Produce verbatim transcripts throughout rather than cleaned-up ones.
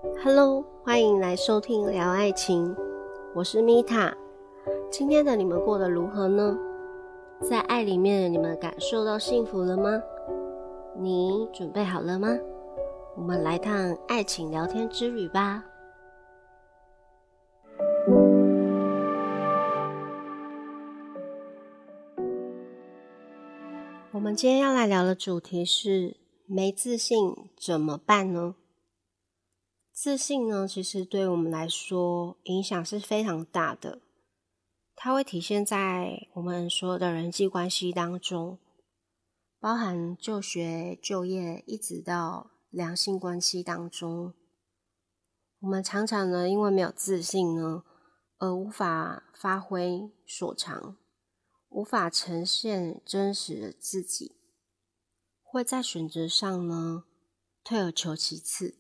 Hello， 欢迎来收听聊爱情，我是米塔。今天的你们过得如何呢？在爱里面，你们感受到幸福了吗？你准备好了吗？我们来趟爱情聊天之旅吧。我们今天要来聊的主题是没自信怎么办呢？自信呢，其实对我们来说影响是非常大的，它会体现在我们所有的人际关系当中，包含就学、就业，一直到两性关系当中。我们常常呢，因为没有自信呢，而无法发挥所长，无法呈现真实的自己，会在选择上呢，退而求其次。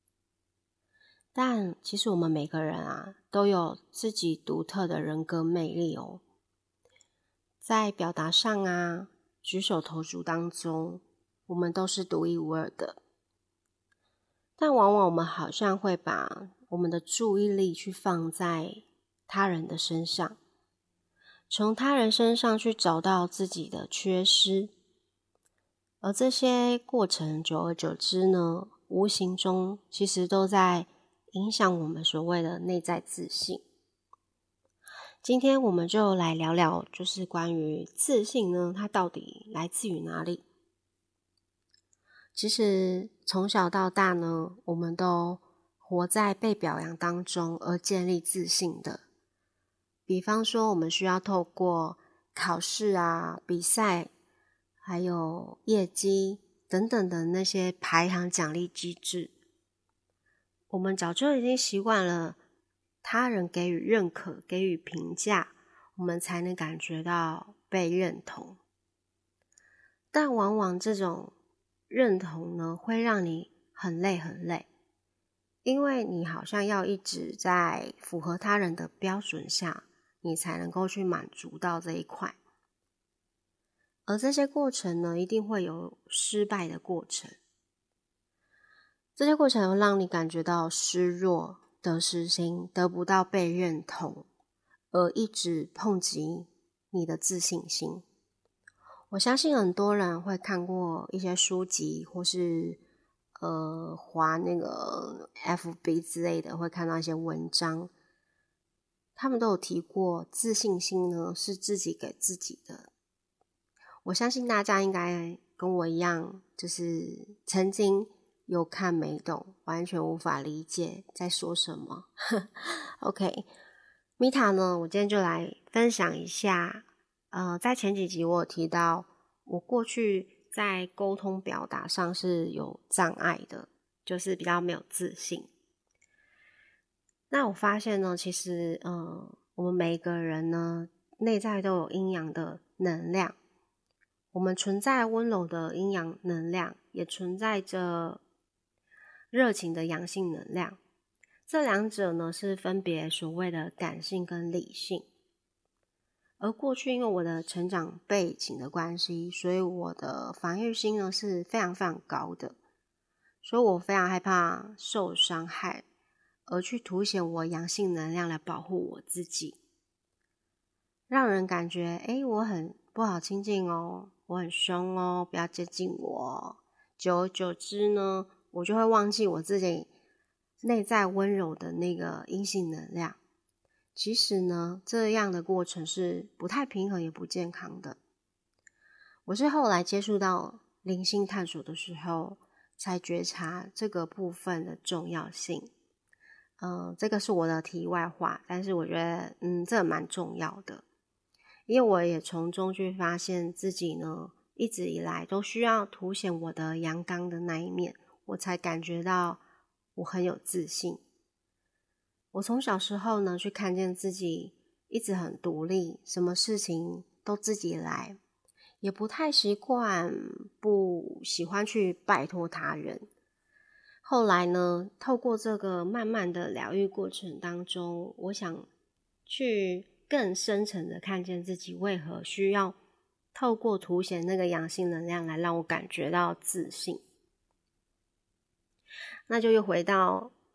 但其实我们每个人啊，都有自己独特的人格魅力哦。在表达上啊，举手投足当中，我们都是独一无二的。但往往我们好像会把我们的注意力去放在他人的身上，从他人身上去找到自己的缺失，而这些过程久而久之呢，无形中其实都在影响我们所谓的内在自信。今天我们就来聊聊，就是关于自信呢，它到底来自于哪里？其实从小到大呢，我们都活在被表扬当中而建立自信的。比方说，我们需要透过考试啊、比赛，还有业绩等等的那些排行奖励机制，我们早就已经习惯了他人给予认可、给予评价，我们才能感觉到被认同。但往往这种认同呢，会让你很累很累，因为你好像要一直在符合他人的标准下，你才能够去满足到这一块。而这些过程呢，一定会有失败的过程。这些过程会让你感觉到失落、得失心，得不到被认同，而一直抨击你的自信心。我相信很多人会看过一些书籍，或是呃滑那个 F B 之类的，会看到一些文章，他们都有提过自信心呢是自己给自己的。我相信大家应该跟我一样，就是曾经有看没懂，完全无法理解在说什么。OK， 米塔呢，我今天就来分享一下，呃，在前几集我有提到，我过去在沟通表达上是有障碍的，就是比较没有自信。那我发现呢，其实，呃，我们每一个人呢，内在都有阴阳的能量。我们存在温柔的阴阳能量，也存在着热情的阳性能量。这两者呢，是分别所谓的感性跟理性。而过去因为我的成长背景的关系，所以我的防御心呢是非常非常高的，所以我非常害怕受伤害，而去凸显我阳性能量来保护我自己，让人感觉诶我很不好亲近哦，我很凶哦，不要接近我。久而久之呢，我就会忘记我自己内在温柔的那个阴性能量。其实呢，这样的过程是不太平衡也不健康的。我是后来接触到灵性探索的时候，才觉察这个部分的重要性。嗯、呃，这个是我的题外话，但是我觉得嗯，这蛮重要的。因为我也从中去发现自己呢，一直以来都需要凸显我的阳刚的那一面，我才感觉到我很有自信。我从小时候呢，去看见自己一直很独立，什么事情都自己来，也不太习惯，不喜欢去拜托他人。后来呢，透过这个慢慢的疗愈过程当中，我想去更深层的看见自己为何需要透过凸显那个阳性能量来让我感觉到自信。那就又回到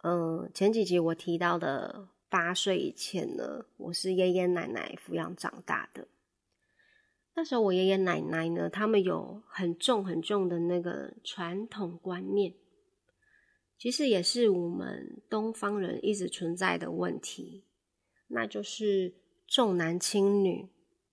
嗯，前几集我提到的八岁以前呢，我是爷爷奶奶抚养长大的。那时候我爷爷奶奶呢，他们有很重很重的那个传统观念，其实也是我们东方人一直存在的问题，那就是重男轻女。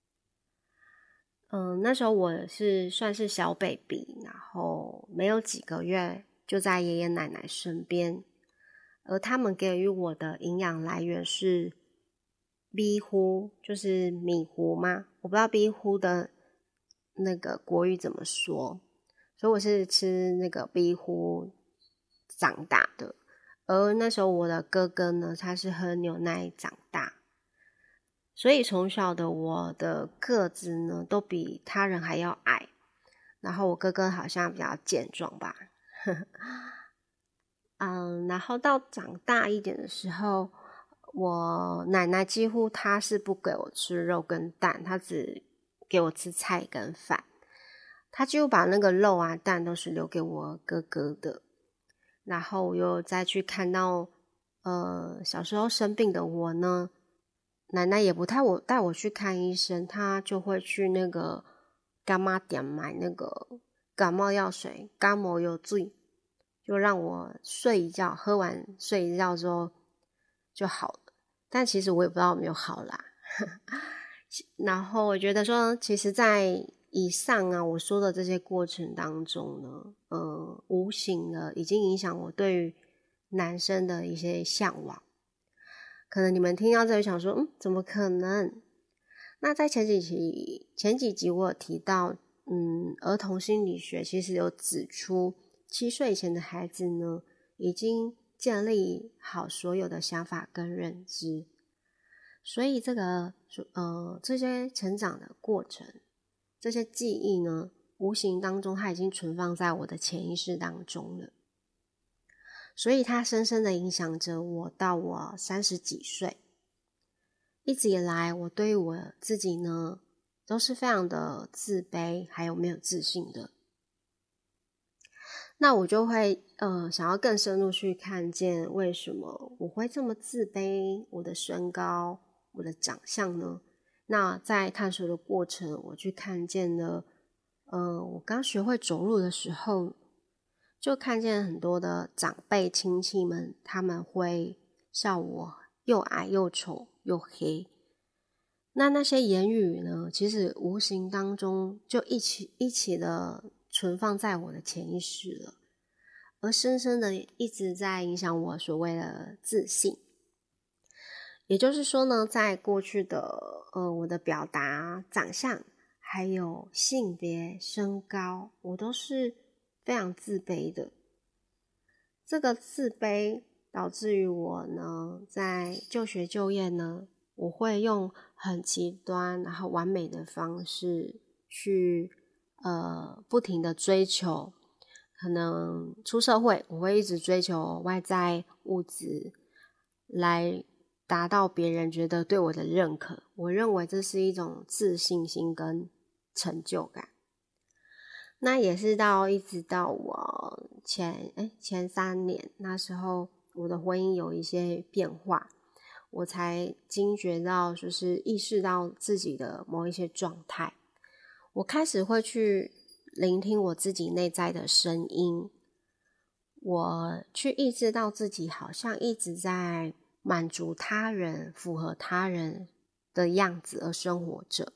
嗯，那时候我是算是小 baby， 然后没有几个月就在爷爷奶奶身边，而他们给予我的营养来源是米糊，就是米糊吗？我不知道米糊的那个国语怎么说，所以我是吃那个米糊长大的。而那时候我的哥哥呢，他是喝牛奶长大，所以从小的我的个子呢，都比他人还要矮。然后我哥哥好像比较健壮吧。嗯，然后到长大一点的时候，我奶奶几乎她是不给我吃肉跟蛋，她只给我吃菜跟饭。她几乎把那个肉啊蛋都是留给我哥哥的。然后我又再去看到呃小时候生病的我呢，奶奶也不太我带我去看医生，她就会去那个干妈店买那个感冒药水，感冒药水，就让我睡一觉，喝完睡一觉之后就好了。但其实我也不知道有没有好啦。然后我觉得说，其实在以上啊我说的这些过程当中呢，呃，无形的已经影响我对于男生的一些向往。可能你们听到这里想说，嗯，怎么可能？那在前几集前几集我有提到，嗯，儿童心理学其实有指出，七岁以前的孩子呢，已经建立好所有的想法跟认知，所以这个呃这些成长的过程，这些记忆呢，无形当中它已经存放在我的潜意识当中了。所以它深深的影响着我到我三十几岁。一直以来我对于我自己呢都是非常的自卑还有没有自信的。那我就会呃想要更深入去看见为什么我会这么自卑，我的身高，我的长相呢？那在探索的过程，我去看见了呃我刚学会走路的时候，就看见很多的长辈亲戚们，他们会笑我又矮又丑又黑。那那些言语呢，其实无形当中就一起一起的存放在我的潜意识了，而深深的一直在影响我所谓的自信。也就是说呢，在过去的呃我的表达、长相还有性别、身高，我都是非常自卑的。这个自卑导致于我呢，在就学就业呢，我会用很极端然后完美的方式去呃不停的追求。可能出社会我会一直追求外在物质来达到别人觉得对我的认可，我认为这是一种自信心跟成就感。那也是到一直到我前诶前三年，那时候我的婚姻有一些变化，我才惊觉到，就是意识到自己的某一些状态。我开始会去聆听我自己内在的声音，我去意识到自己好像一直在满足他人、符合他人的样子而生活着。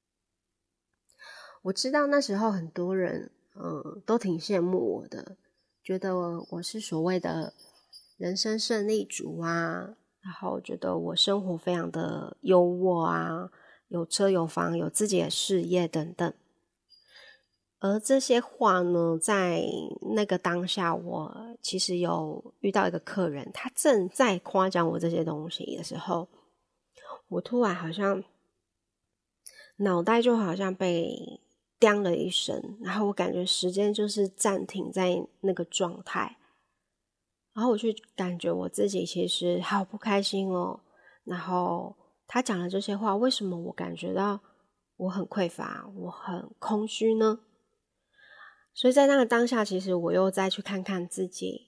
我知道那时候很多人嗯，都挺羡慕我的，觉得我是所谓的人生胜利组啊，然后觉得我生活非常的优渥啊，有车有房有自己的事业等等。而这些话呢，在那个当下，我其实有遇到一个客人，他正在夸奖我这些东西的时候，我突然好像脑袋就好像被叮了一声，然后我感觉时间就是暂停在那个状态，然后我去感觉我自己其实好不开心哦。然后他讲的这些话，为什么我感觉到我很匮乏，我很空虚呢？所以在那个当下，其实我又再去看看自己，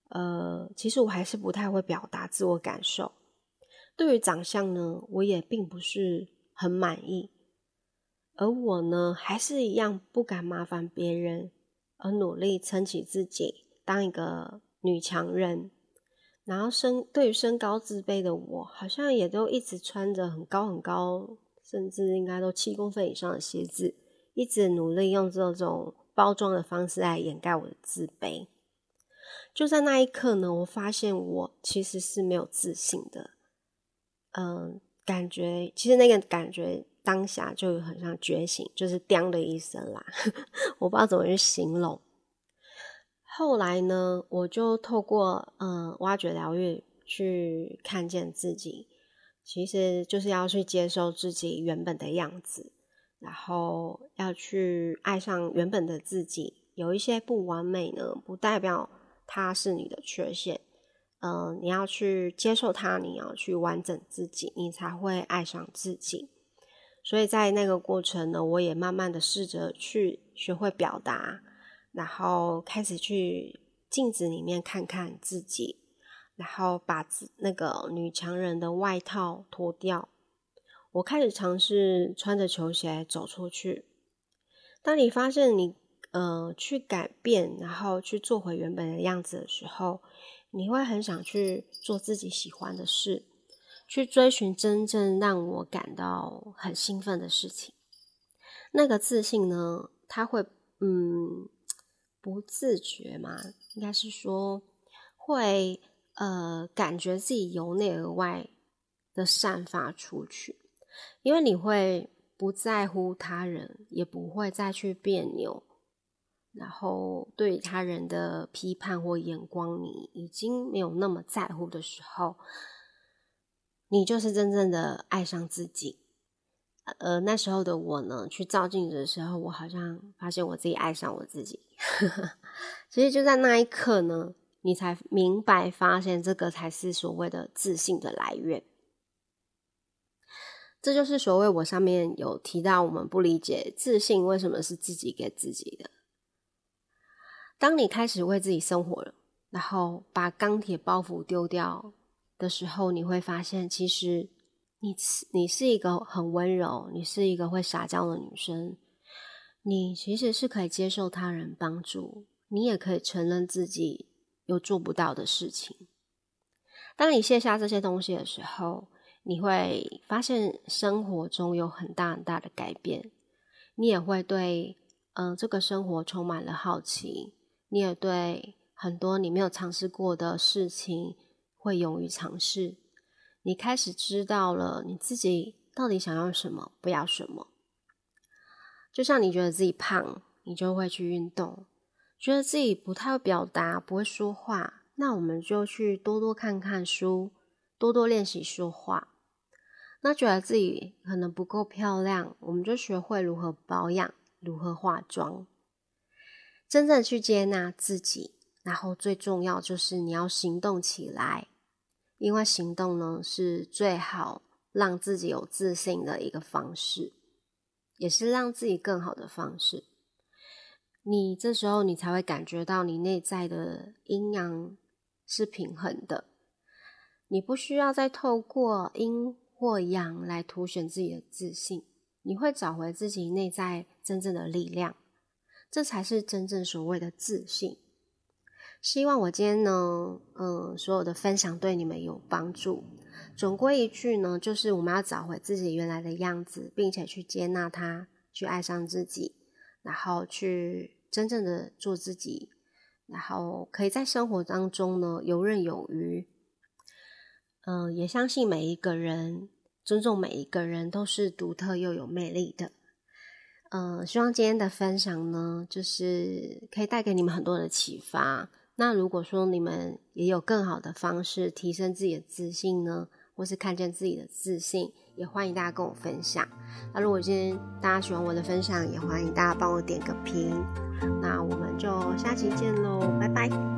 呃，其实我还是不太会表达自我感受。对于长相呢，我也并不是很满意，而我呢，还是一样不敢麻烦别人，而努力撑起自己，当一个女强人。然后身对于身高自卑的我，好像也都一直穿着很高很高，甚至应该都七公分以上的鞋子，一直努力用这种包装的方式来掩盖我的自卑。就在那一刻呢，我发现我其实是没有自信的。嗯，感觉其实那个感觉当下就很像觉醒，就是叮的一声啦我不知道怎么去形容。后来呢，我就透过嗯挖掘疗愈去看见自己，其实就是要去接受自己原本的样子，然后要去爱上原本的自己。有一些不完美呢，不代表它是你的缺陷，嗯、呃，你要去接受它，你要去完整自己，你才会爱上自己。所以在那个过程呢，我也慢慢的试着去学会表达，然后开始去镜子里面看看自己，然后把那个女强人的外套脱掉。我开始尝试穿着球鞋走出去。当你发现你呃去改变，然后去做回原本的样子的时候，你会很想去做自己喜欢的事，去追寻真正让我感到很兴奋的事情。那个自信呢，它会嗯不自觉嘛，应该是说会呃感觉自己由内而外的散发出去，因为你会不在乎他人，也不会再去别扭，然后对他人的批判或眼光你已经没有那么在乎的时候，你就是真正的爱上自己。呃，那时候的我呢，去照镜子的时候，我好像发现我自己爱上我自己。其实就在那一刻呢，你才明白发现这个才是所谓的自信的来源。这就是所谓我上面有提到，我们不理解自信为什么是自己给自己的。当你开始为自己生活了，然后把钢铁包袱丢掉的时候，你会发现其实你你是一个很温柔，你是一个会撒娇的女生，你其实是可以接受他人帮助，你也可以承认自己有做不到的事情。当你卸下这些东西的时候，你会发现生活中有很大很大的改变，你也会对嗯、呃、这个生活充满了好奇，你也对很多你没有尝试过的事情会勇于尝试。你开始知道了你自己到底想要什么，不要什么。就像你觉得自己胖，你就会去运动；觉得自己不太会表达，不会说话，那我们就去多多看看书，多多练习说话。那觉得自己可能不够漂亮，我们就学会如何保养，如何化妆。真正去接纳自己，然后最重要就是你要行动起来。因为行动呢，是最好让自己有自信的一个方式，也是让自己更好的方式。你这时候你才会感觉到你内在的阴阳是平衡的，你不需要再透过阴或阳来凸显自己的自信，你会找回自己内在真正的力量，这才是真正所谓的自信。希望我今天呢，嗯，所有的分享对你们有帮助。总归一句呢，就是我们要找回自己原来的样子，并且去接纳它，去爱上自己，然后去真正的做自己，然后可以在生活当中呢游刃有余。嗯，也相信每一个人，尊重每一个人都是独特又有魅力的。嗯，希望今天的分享呢，就是可以带给你们很多的启发。那如果说你们也有更好的方式提升自己的自信呢，或是看见自己的自信，也欢迎大家跟我分享。那如果今天大家喜欢我的分享，也欢迎大家帮我点个评。那我们就下期见咯，拜拜。